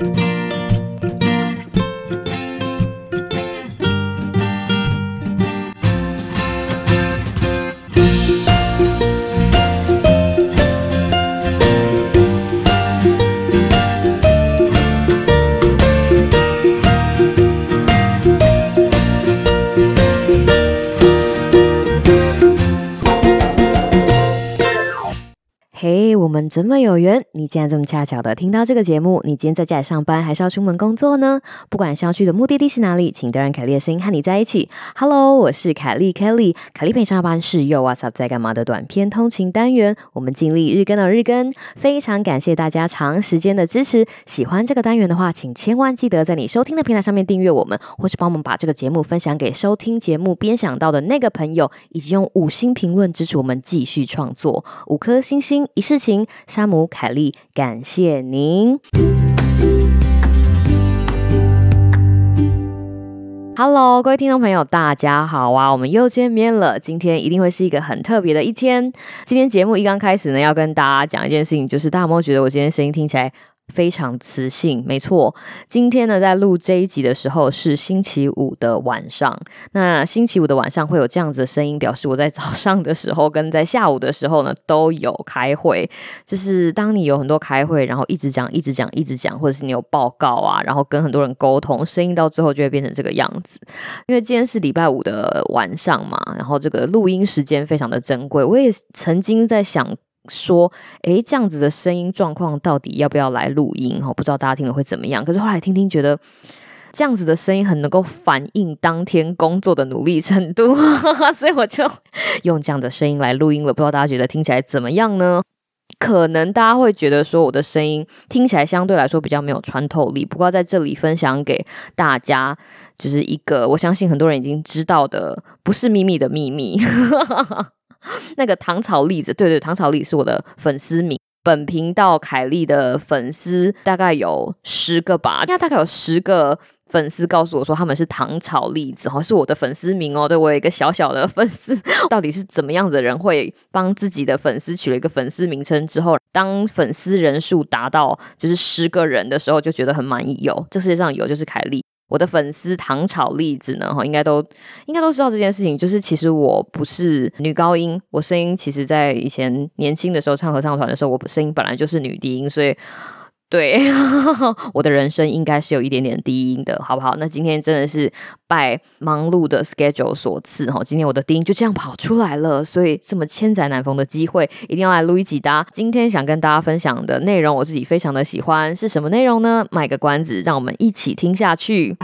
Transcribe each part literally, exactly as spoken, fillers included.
嘿、hey, 我们怎么有缘？你竟然这么恰巧的听到这个节目，你今天在家里上班还是要出门工作呢？不管是要去的目的地是哪里，请都让凯莉的声音和你在一起。Hello， 我是凯莉 Kelly， 凯莉陪上班是又 What's up 在干嘛的短篇通勤单元，我们尽力日更的日更，非常感谢大家长时间的支持。喜欢这个单元的话，请千万记得在你收听的平台上面订阅我们，或是帮我们把这个节目分享给收听节目边想到的那个朋友，以及用五星评论支持我们继续创作，五颗星星一世情。山姆凯莉，感谢您。Hello， 各位听众朋友，大家好啊！我们又见面了。今天一定会是一个很特别的一天。今天节目一刚开始呢，要跟大家讲一件事情，就是大家有没有觉得我今天声音听起来非常磁性？没错，今天呢在录这一集的时候是星期五的晚上。那星期五的晚上会有这样子的声音，表示我在早上的时候跟在下午的时候呢都有开会。就是当你有很多开会，然后一直讲一直讲一直讲，或者是你有报告啊，然后跟很多人沟通，声音到最后就会变成这个样子。因为今天是礼拜五的晚上嘛，然后这个录音时间非常的珍贵，我也曾经在想说诶，这样子的声音状况到底要不要来录音，不知道大家听了会怎么样。可是后来听听觉得这样子的声音很能够反映当天工作的努力程度所以我就用这样的声音来录音了。不知道大家觉得听起来怎么样呢？可能大家会觉得说我的声音听起来相对来说比较没有穿透力，不过在这里分享给大家就是一个我相信很多人已经知道的不是秘密的秘密那个糖炒栗子，对对，糖炒栗是我的粉丝名。本频道凯莉的粉丝大概有十个吧，应该大概有十个粉丝告诉我说他们是糖炒栗子，是我的粉丝名哦。对，我有一个小小的粉丝，到底是怎么样子的人会帮自己的粉丝取了一个粉丝名称之后，当粉丝人数达到就是十个人的时候就觉得很满意。有，这世界上有就是凯莉。我的粉丝糖炒栗子呢，应该都应该都知道这件事情，就是其实我不是女高音，我声音其实在以前年轻的时候唱合唱团的时候，我声音本来就是女低音，所以对我的人生应该是有一点点低音的，好不好？那今天真的是拜忙碌的 schedule 所赐，今天我的低音就这样跑出来了，所以这么千载难逢的机会一定要来录一集的。今天想跟大家分享的内容我自己非常的喜欢，是什么内容呢？卖个关子，让我们一起听下去。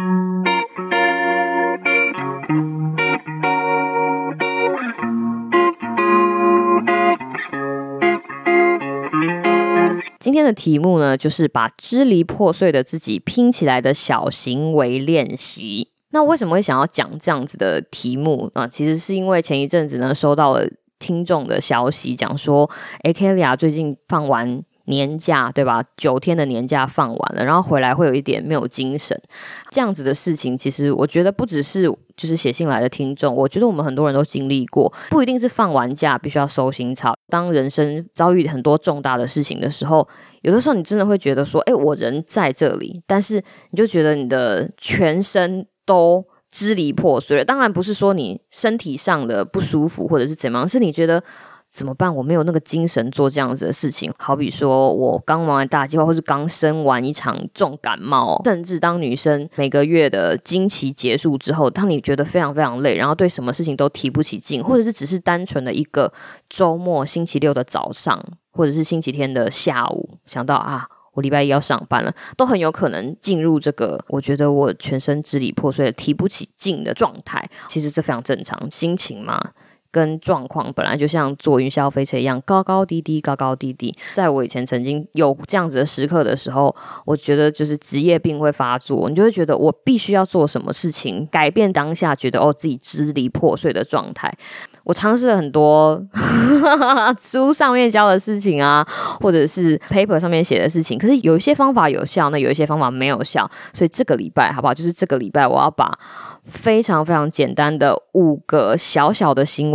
今天的题目呢，就是把支离破碎的自己拼起来的小行为练习。那为什么会想要讲这样子的题目啊？其实是因为前一阵子呢，收到了听众的消息，讲说，诶 Kelly 最近放完年假，对吧？九天的年假放完了，然后回来会有一点没有精神。这样子的事情，其实我觉得不只是就是写信来的听众，我觉得我们很多人都经历过，不一定是放完假必须要收心操。当人生遭遇很多重大的事情的时候，有的时候你真的会觉得说，哎，我人在这里，但是你就觉得你的全身都支离破碎了。当然不是说你身体上的不舒服或者是怎么样，是你觉得怎么办？我没有那个精神做这样子的事情。好比说我刚玩完大计划，或是刚生完一场重感冒，甚至当女生每个月的经期结束之后，当你觉得非常非常累，然后对什么事情都提不起劲，或者是只是单纯的一个周末星期六的早上，或者是星期天的下午，想到啊我礼拜一要上班了，都很有可能进入这个我觉得我全身支离破碎的提不起劲的状态。其实这非常正常，心情嘛跟状况本来就像坐云霄飞车一样，高高低低高高低低。在我以前曾经有这样子的时刻的时候，我觉得就是职业病会发作，你就会觉得我必须要做什么事情改变当下觉得哦自己支离破碎的状态。我尝试了很多书上面教的事情啊，或者是 paper 上面写的事情，可是有一些方法有效，那有一些方法没有效。所以这个礼拜好不好，就是这个礼拜我要把非常非常简单的五个小小的行为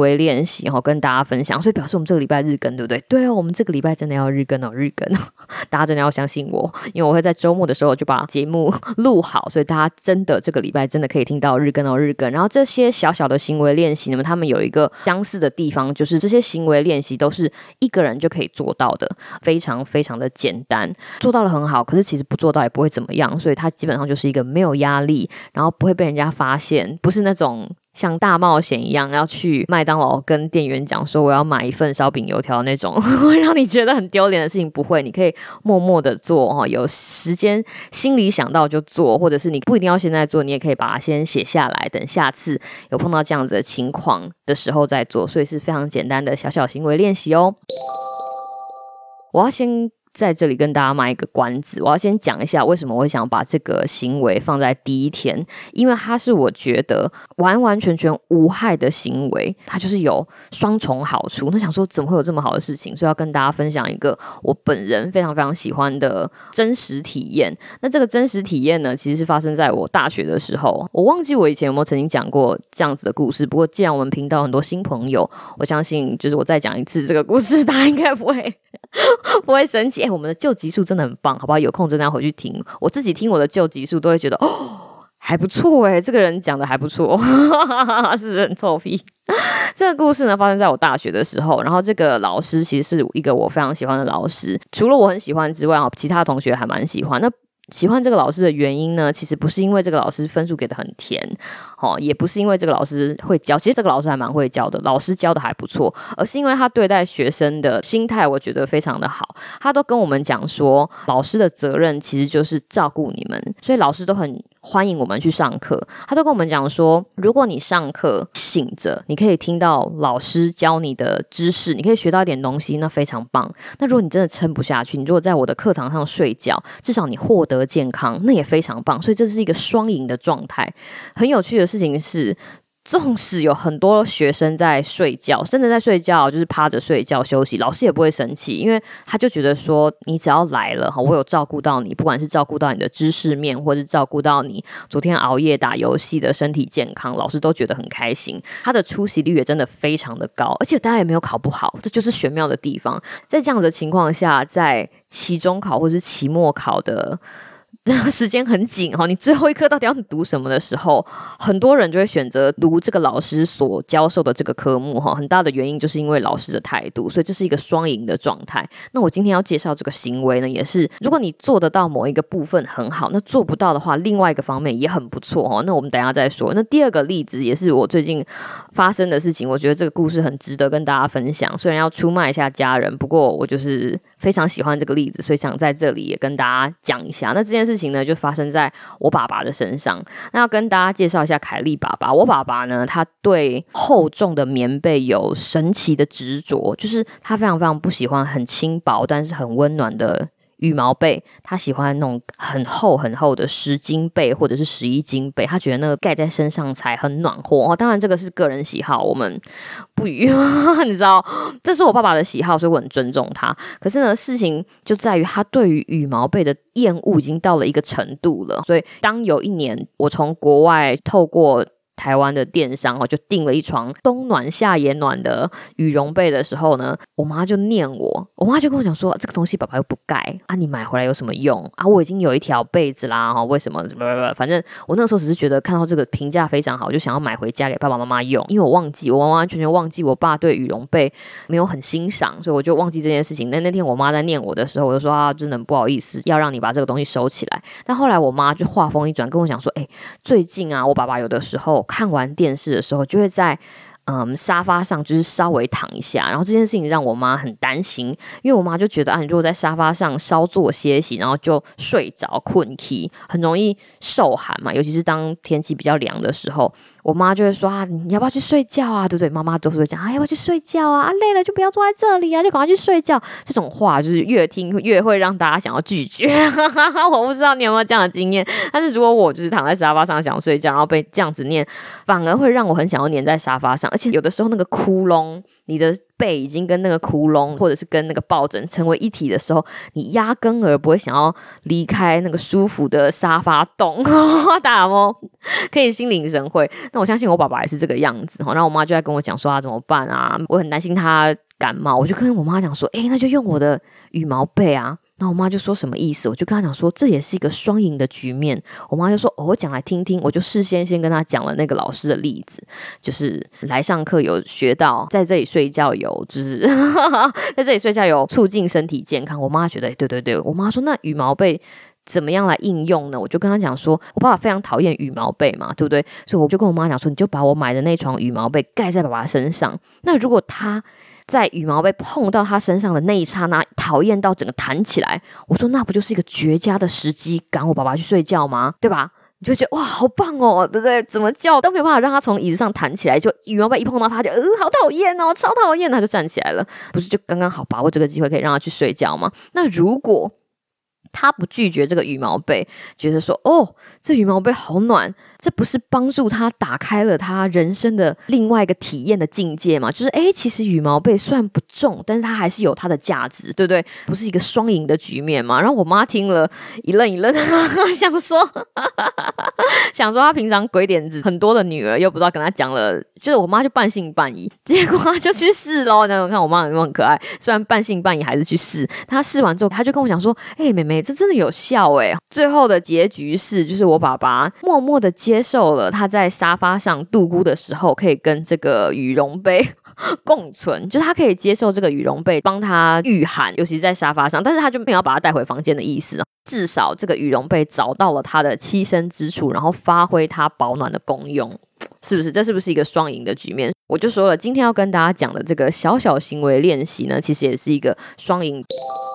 为练习哦，跟大家分享，所以表示我们这个礼拜日更，对不对？对哦，我们这个礼拜真的要日更哦，日更哦，大家真的要相信我，因为我会在周末的时候就把节目录好，所以大家真的这个礼拜真的可以听到日更哦，日更。然后这些小小的行为练习，那么他们有一个相似的地方，就是这些行为练习都是一个人就可以做到的，非常非常的简单，做到了很好，可是其实不做到也不会怎么样，所以它基本上就是一个没有压力，然后不会被人家发现，不是那种像大冒险一样要去麦当劳跟店员讲说我要买一份烧饼油条那种会让你觉得很丢脸的事情，不会，你可以默默的做，有时间心里想到就做，或者是你不一定要现在做，你也可以把它先写下来，等下次有碰到这样子的情况的时候再做，所以是非常简单的小小行为练习哦。我要先在这里跟大家卖一个关子，我要先讲一下为什么我会想把这个行为放在第一天，因为它是我觉得完完全全无害的行为，它就是有双重好处。那想说怎么会有这么好的事情，所以要跟大家分享一个我本人非常非常喜欢的真实体验。那这个真实体验呢，其实是发生在我大学的时候，我忘记我以前有没有曾经讲过这样子的故事，不过既然我们频道很多新朋友，我相信就是我再讲一次这个故事，大家应该不会不会生气。哎、欸，我们的旧集数真的很棒，好不好？有空真的要回去听。我自己听我的旧集数都会觉得，哦，还不错哎，这个人讲的还不错，是不是很臭屁？这个故事呢，发生在我大学的时候，然后这个老师其实是一个我非常喜欢的老师，除了我很喜欢之外，其他同学还蛮喜欢。那喜欢这个老师的原因呢，其实不是因为这个老师分数给的很甜，哦，也不是因为这个老师会教，其实这个老师还蛮会教的，老师教的还不错，而是因为他对待学生的心态，我觉得非常的好。他都跟我们讲说，老师的责任其实就是照顾你们，所以老师都很欢迎我们去上课。他都跟我们讲说，如果你上课醒着，你可以听到老师教你的知识，你可以学到一点东西，那非常棒。那如果你真的撑不下去，你如果在我的课堂上睡觉，至少你获得健康，那也非常棒。所以这是一个双赢的状态。很有趣的事情是，纵使有很多学生在睡觉，真的在睡觉，就是趴着睡觉休息，老师也不会生气，因为他就觉得说，你只要来了，我有照顾到你，不管是照顾到你的知识面，或是照顾到你昨天熬夜打游戏的身体健康，老师都觉得很开心。他的出席率也真的非常的高，而且大家也没有考不好，这就是玄妙的地方。在这样的情况下，在期中考或是期末考的时间很紧，你最后一科到底要读什么的时候，很多人就会选择读这个老师所教授的这个科目，很大的原因就是因为老师的态度，所以这是一个双赢的状态。那我今天要介绍这个行为呢，也是如果你做得到某一个部分很好，那做不到的话，另外一个方面也很不错。那我们等一下再说。那第二个例子也是我最近发生的事情，我觉得这个故事很值得跟大家分享，虽然要出卖一下家人，不过我就是非常喜欢这个例子，所以想在这里也跟大家讲一下。那这件事情呢，就发生在我爸爸的身上。那要跟大家介绍一下凯莉爸爸。我爸爸呢，他对厚重的棉被有神奇的执着，就是他非常非常不喜欢很轻薄但是很温暖的羽毛被，他喜欢那种很厚很厚的十斤被或者是十一斤被，他觉得那个盖在身上才很暖和。哦，当然这个是个人喜好，我们不予你知道，这是我爸爸的喜好，所以我很尊重他。可是呢，事情就在于他对于羽毛被的厌恶已经到了一个程度了。所以当有一年我从国外透过台湾的电商就订了一床冬暖夏也暖的羽绒被的时候呢，我妈就念我，我妈就跟我讲说，这个东西爸爸又不盖啊，你买回来有什么用啊？我已经有一条被子啦，为什么？反正我那个时候只是觉得看到这个评价非常好，就想要买回家给爸爸妈妈用，因为我忘记，我完完全全忘记我爸对羽绒被没有很欣赏，所以我就忘记这件事情。但那天我妈在念我的时候，我就说啊，真的不好意思，要让你把这个东西收起来。但后来我妈就话锋一转，跟我讲说，哎、欸，最近啊，我爸爸有的时候看完电视的时候，就会在嗯沙发上就是稍微躺一下，然后这件事情让我妈很担心，因为我妈就觉得啊，你如果在沙发上稍作歇息，然后就睡着困起，很容易受寒嘛，尤其是当天气比较凉的时候，我妈就会说啊，你要不要去睡觉啊？对不对？妈妈都是会讲啊，要不要去睡觉啊？啊，累了就不要坐在这里啊，就赶快去睡觉。这种话就是越听越会让大家想要拒绝。我不知道你有没有这样的经验，但是如果我就是躺在沙发上想睡觉，然后被这样子念，反而会让我很想要黏在沙发上，而且有的时候那个窟窿，你的背已经跟那个窟窿或者是跟那个抱枕成为一体的时候，你压根儿不会想要离开那个舒服的沙发洞大猫可以心领神会。那我相信我爸爸也是这个样子，然后我妈就在跟我讲说他怎么办啊，我很担心他感冒，我就跟我妈讲说，诶，那就用我的羽毛被啊。然后我妈就说什么意思，我就跟她讲说这也是一个双赢的局面。我妈就说哦，我讲来听听。我就事先先跟她讲了那个老师的例子，就是来上课有学到在这里睡觉有就是在这里睡觉有促进身体健康。我妈觉得对对对，我妈说那羽毛被怎么样来应用呢？我就跟她讲说，我爸爸非常讨厌羽毛被嘛，对不对？所以我就跟我妈讲说，你就把我买的那床羽毛被盖在爸爸身上。那如果他在羽毛被碰到他身上的那一刹那，讨厌到整个弹起来，我说那不就是一个绝佳的时机赶我爸爸去睡觉吗？对吧？你就觉得哇好棒哦，对不对？怎么叫都没有办法让他从椅子上弹起来，就羽毛被一碰到他就呃好讨厌哦，超讨厌，他就站起来了，不是就刚刚好把握这个机会可以让他去睡觉吗？那如果他不拒绝这个羽毛被，觉得说哦这羽毛被好暖，这不是帮助他打开了他人生的另外一个体验的境界吗？就是诶其实羽毛被虽然不重，但是它还是有它的价值，对不对？不是一个双赢的局面吗？然后我妈听了一愣一愣想说想说她平常鬼点子很多的女儿又不知道跟她讲了，就是我妈就半信半疑，结果她就去试咯。你看我妈有没有很可爱，虽然半信半疑还是去试。她试完之后她就跟我讲说诶、欸、妹妹这真的有效诶。最后的结局是就是我爸爸默默的接受了他在沙发上度孤的时候可以跟这个羽绒被共存，就是他可以接受这个羽绒被帮他御寒，尤其是在沙发上，但是他就没有把他带回房间的意思，至少这个羽绒被找到了他的栖身之处，然后发挥它保暖的功用，是不是？这是不是一个双赢的局面？我就说了，今天要跟大家讲的这个小小行为练习呢，其实也是一个双赢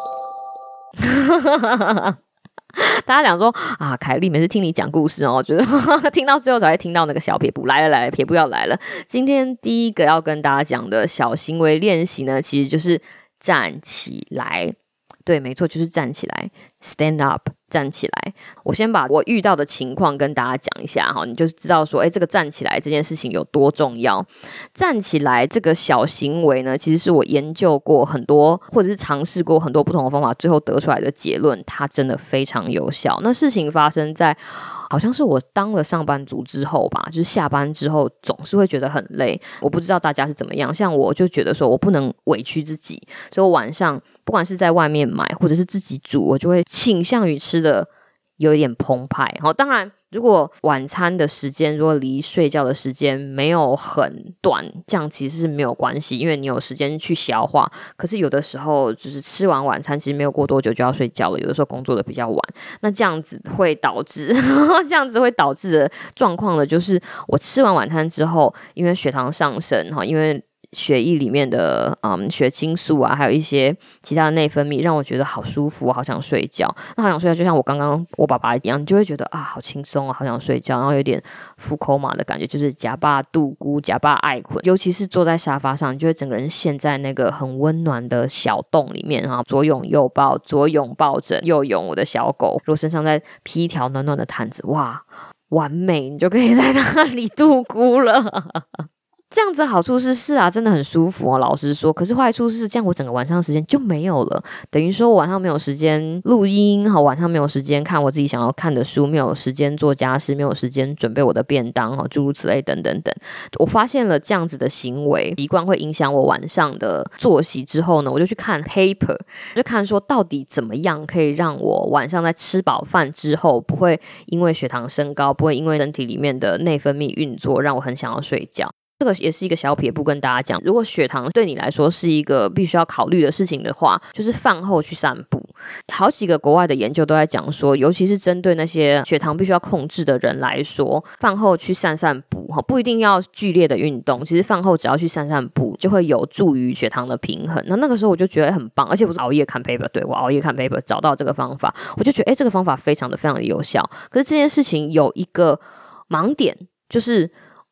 大家讲说啊，凯莉每次听你讲故事哦，觉得听到最后才会听到那个小撇步来了来了，撇步要来了。今天第一个要跟大家讲的小行为练习呢，其实就是站起来。对，没错，就是站起来 ，stand up， 站起来。我先把我遇到的情况跟大家讲一下哈，你就知道说，哎，这个站起来这件事情有多重要。站起来这个小行为呢，其实是我研究过很多，或者是尝试过很多不同的方法，最后得出来的结论，它真的非常有效。那事情发生在好像是我当了上班族之后吧，就是下班之后总是会觉得很累。我不知道大家是怎么样，像我就觉得说我不能委屈自己，所以我晚上不管是在外面买或者是自己煮，我就会倾向于吃的有一点澎湃。好，当然如果晚餐的时间如果离睡觉的时间没有很短，这样其实是没有关系，因为你有时间去消化。可是有的时候就是吃完晚餐其实没有过多久就要睡觉了，有的时候工作的比较晚，那这样子会导致这样子会导致的状况呢，就是我吃完晚餐之后，因为血糖上升，因为血液里面的嗯血清素啊，还有一些其他的内分泌，让我觉得好舒服，好想睡觉。那好想睡觉，就像我刚刚我爸爸一样，你就会觉得啊，好轻松啊，好想睡觉，然后有点腹口马的感觉，就是假霸度孤，假霸爱困。尤其是坐在沙发上，你就会整个人陷在那个很温暖的小洞里面哈，左拥右抱，左拥抱枕，右拥我的小狗，如果身上再披一条暖暖的毯子，哇，完美，你就可以在那里度孤了。这样子的好处是是啊，真的很舒服哦，老实说。可是坏处是这样，我整个晚上的时间就没有了，等于说我晚上没有时间录音，晚上没有时间看我自己想要看的书，没有时间做家事，没有时间准备我的便当，诸如此类等等等。我发现了这样子的行为习惯会影响我晚上的作息之后呢，我就去看 paper， 就看说到底怎么样可以让我晚上在吃饱饭之后不会因为血糖升高，不会因为身体里面的内分泌运作让我很想要睡觉。这个也是一个小撇步跟大家讲，如果血糖对你来说是一个必须要考虑的事情的话，就是饭后去散步。好几个国外的研究都在讲说，尤其是针对那些血糖必须要控制的人来说，饭后去散散步，不一定要剧烈的运动，其实饭后只要去散散步就会有助于血糖的平衡。那那个时候我就觉得很棒，而且我是熬夜看 paper， 对，我熬夜看 paper 找到这个方法，我就觉得诶这个方法非常的非常的有效。可是这件事情有一个盲点，就是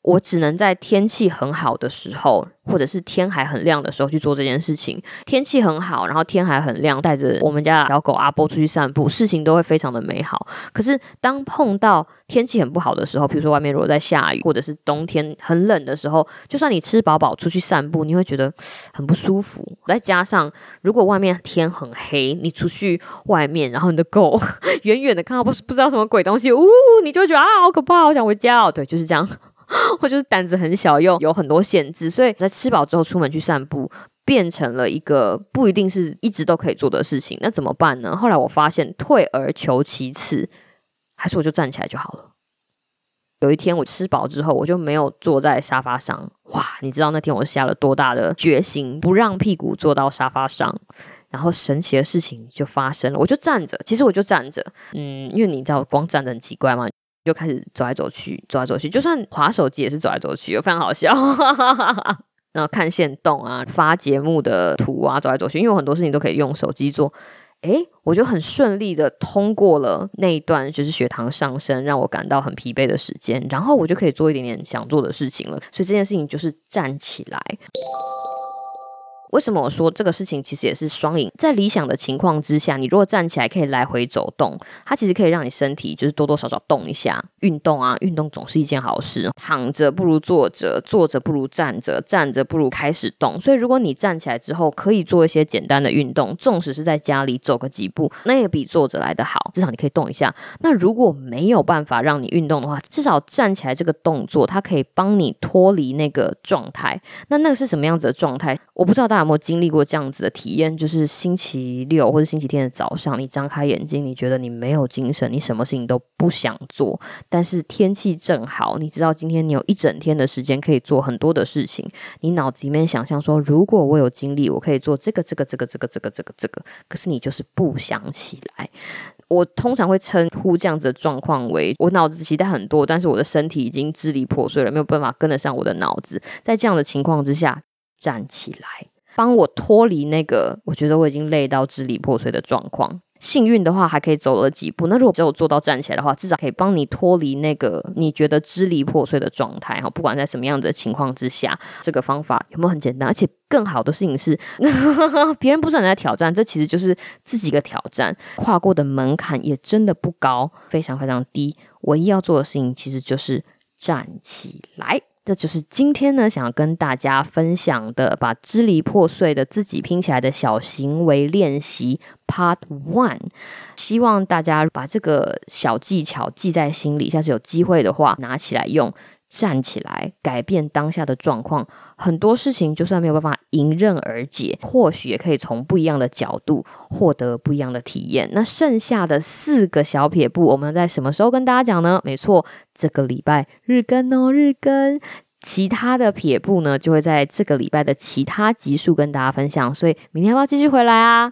我只能在天气很好的时候，或者是天还很亮的时候去做这件事情。天气很好，然后天还很亮，带着我们家的小狗阿波出去散步，事情都会非常的美好。可是当碰到天气很不好的时候，比如说外面如果在下雨，或者是冬天很冷的时候，就算你吃饱饱出去散步，你会觉得很不舒服。再加上如果外面天很黑，你出去外面，然后你的狗远远的看到不不知道什么鬼东西，呜，你就会觉得啊好可怕，好想回家哦。对，就是这样。我就是胆子很小，又有很多限制，所以在吃饱之后出门去散步变成了一个不一定是一直都可以做的事情。那怎么办呢？后来我发现退而求其次，还是我就站起来就好了。有一天我吃饱之后，我就没有坐在沙发上。哇，你知道那天我下了多大的决心，不让屁股坐到沙发上，然后神奇的事情就发生了。我就站着，其实我就站着，嗯，因为你知道光站着很奇怪嘛，就开始走来走去，走来走去，就算滑手机也是走来走去，非常好笑。然后看限动啊，发节目的图啊，走来走去，因为有很多事情都可以用手机做。诶，我就很顺利的通过了那一段就是血糖上升让我感到很疲惫的时间，然后我就可以做一点点想做的事情了。所以这件事情就是站起来。为什么我说这个事情其实也是双赢？在理想的情况之下，你如果站起来可以来回走动，它其实可以让你身体就是多多少少动一下，运动啊，运动总是一件好事。躺着不如坐着，坐着不如站着，站着不如开始动。所以如果你站起来之后可以做一些简单的运动，纵使是在家里走个几步，那也比坐着来得好，至少你可以动一下。那如果没有办法让你运动的话，至少站起来这个动作它可以帮你脱离那个状态。那那个是什么样子的状态？我不知道大家有没有经历过这样子的体验，就是星期六或者星期天的早上，你张开眼睛，你觉得你没有精神，你什么事情都不想做，但是天气正好，你知道今天你有一整天的时间可以做很多的事情，你脑子里面想象说，如果我有精力，我可以做这个这个这个这个这个这个这个，可是你就是不想起来。我通常会称呼这样子的状况为我脑子期待很多，但是我的身体已经支离破碎了，没有办法跟得上我的脑子。在这样的情况之下，站起来帮我脱离那个我觉得我已经累到支离破碎的状况。幸运的话还可以走了几步，那如果只有做到站起来的话，至少可以帮你脱离那个你觉得支离破碎的状态。不管在什么样的情况之下，这个方法有没有很简单？而且更好的事情是别人不知道你在挑战，这其实就是自己一个挑战，跨过的门槛也真的不高，非常非常低。唯一要做的事情其实就是站起来。这就是今天呢想要跟大家分享的把支离破碎的自己拼起来的小行为练习 Part one。 希望大家把这个小技巧记在心里，下次有机会的话拿起来用，站起来改变当下的状况。很多事情就算没有办法迎刃而解，或许也可以从不一样的角度获得不一样的体验。那剩下的四个小撇步我们在什么时候跟大家讲呢？没错，这个礼拜日更哦，日更。其他的撇步呢就会在这个礼拜的其他集数跟大家分享，所以明天要不要继续回来啊？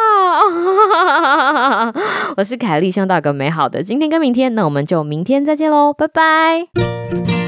要我是凯莉，希望大家有个美好的今天跟明天，那我们就明天再见咯，拜拜。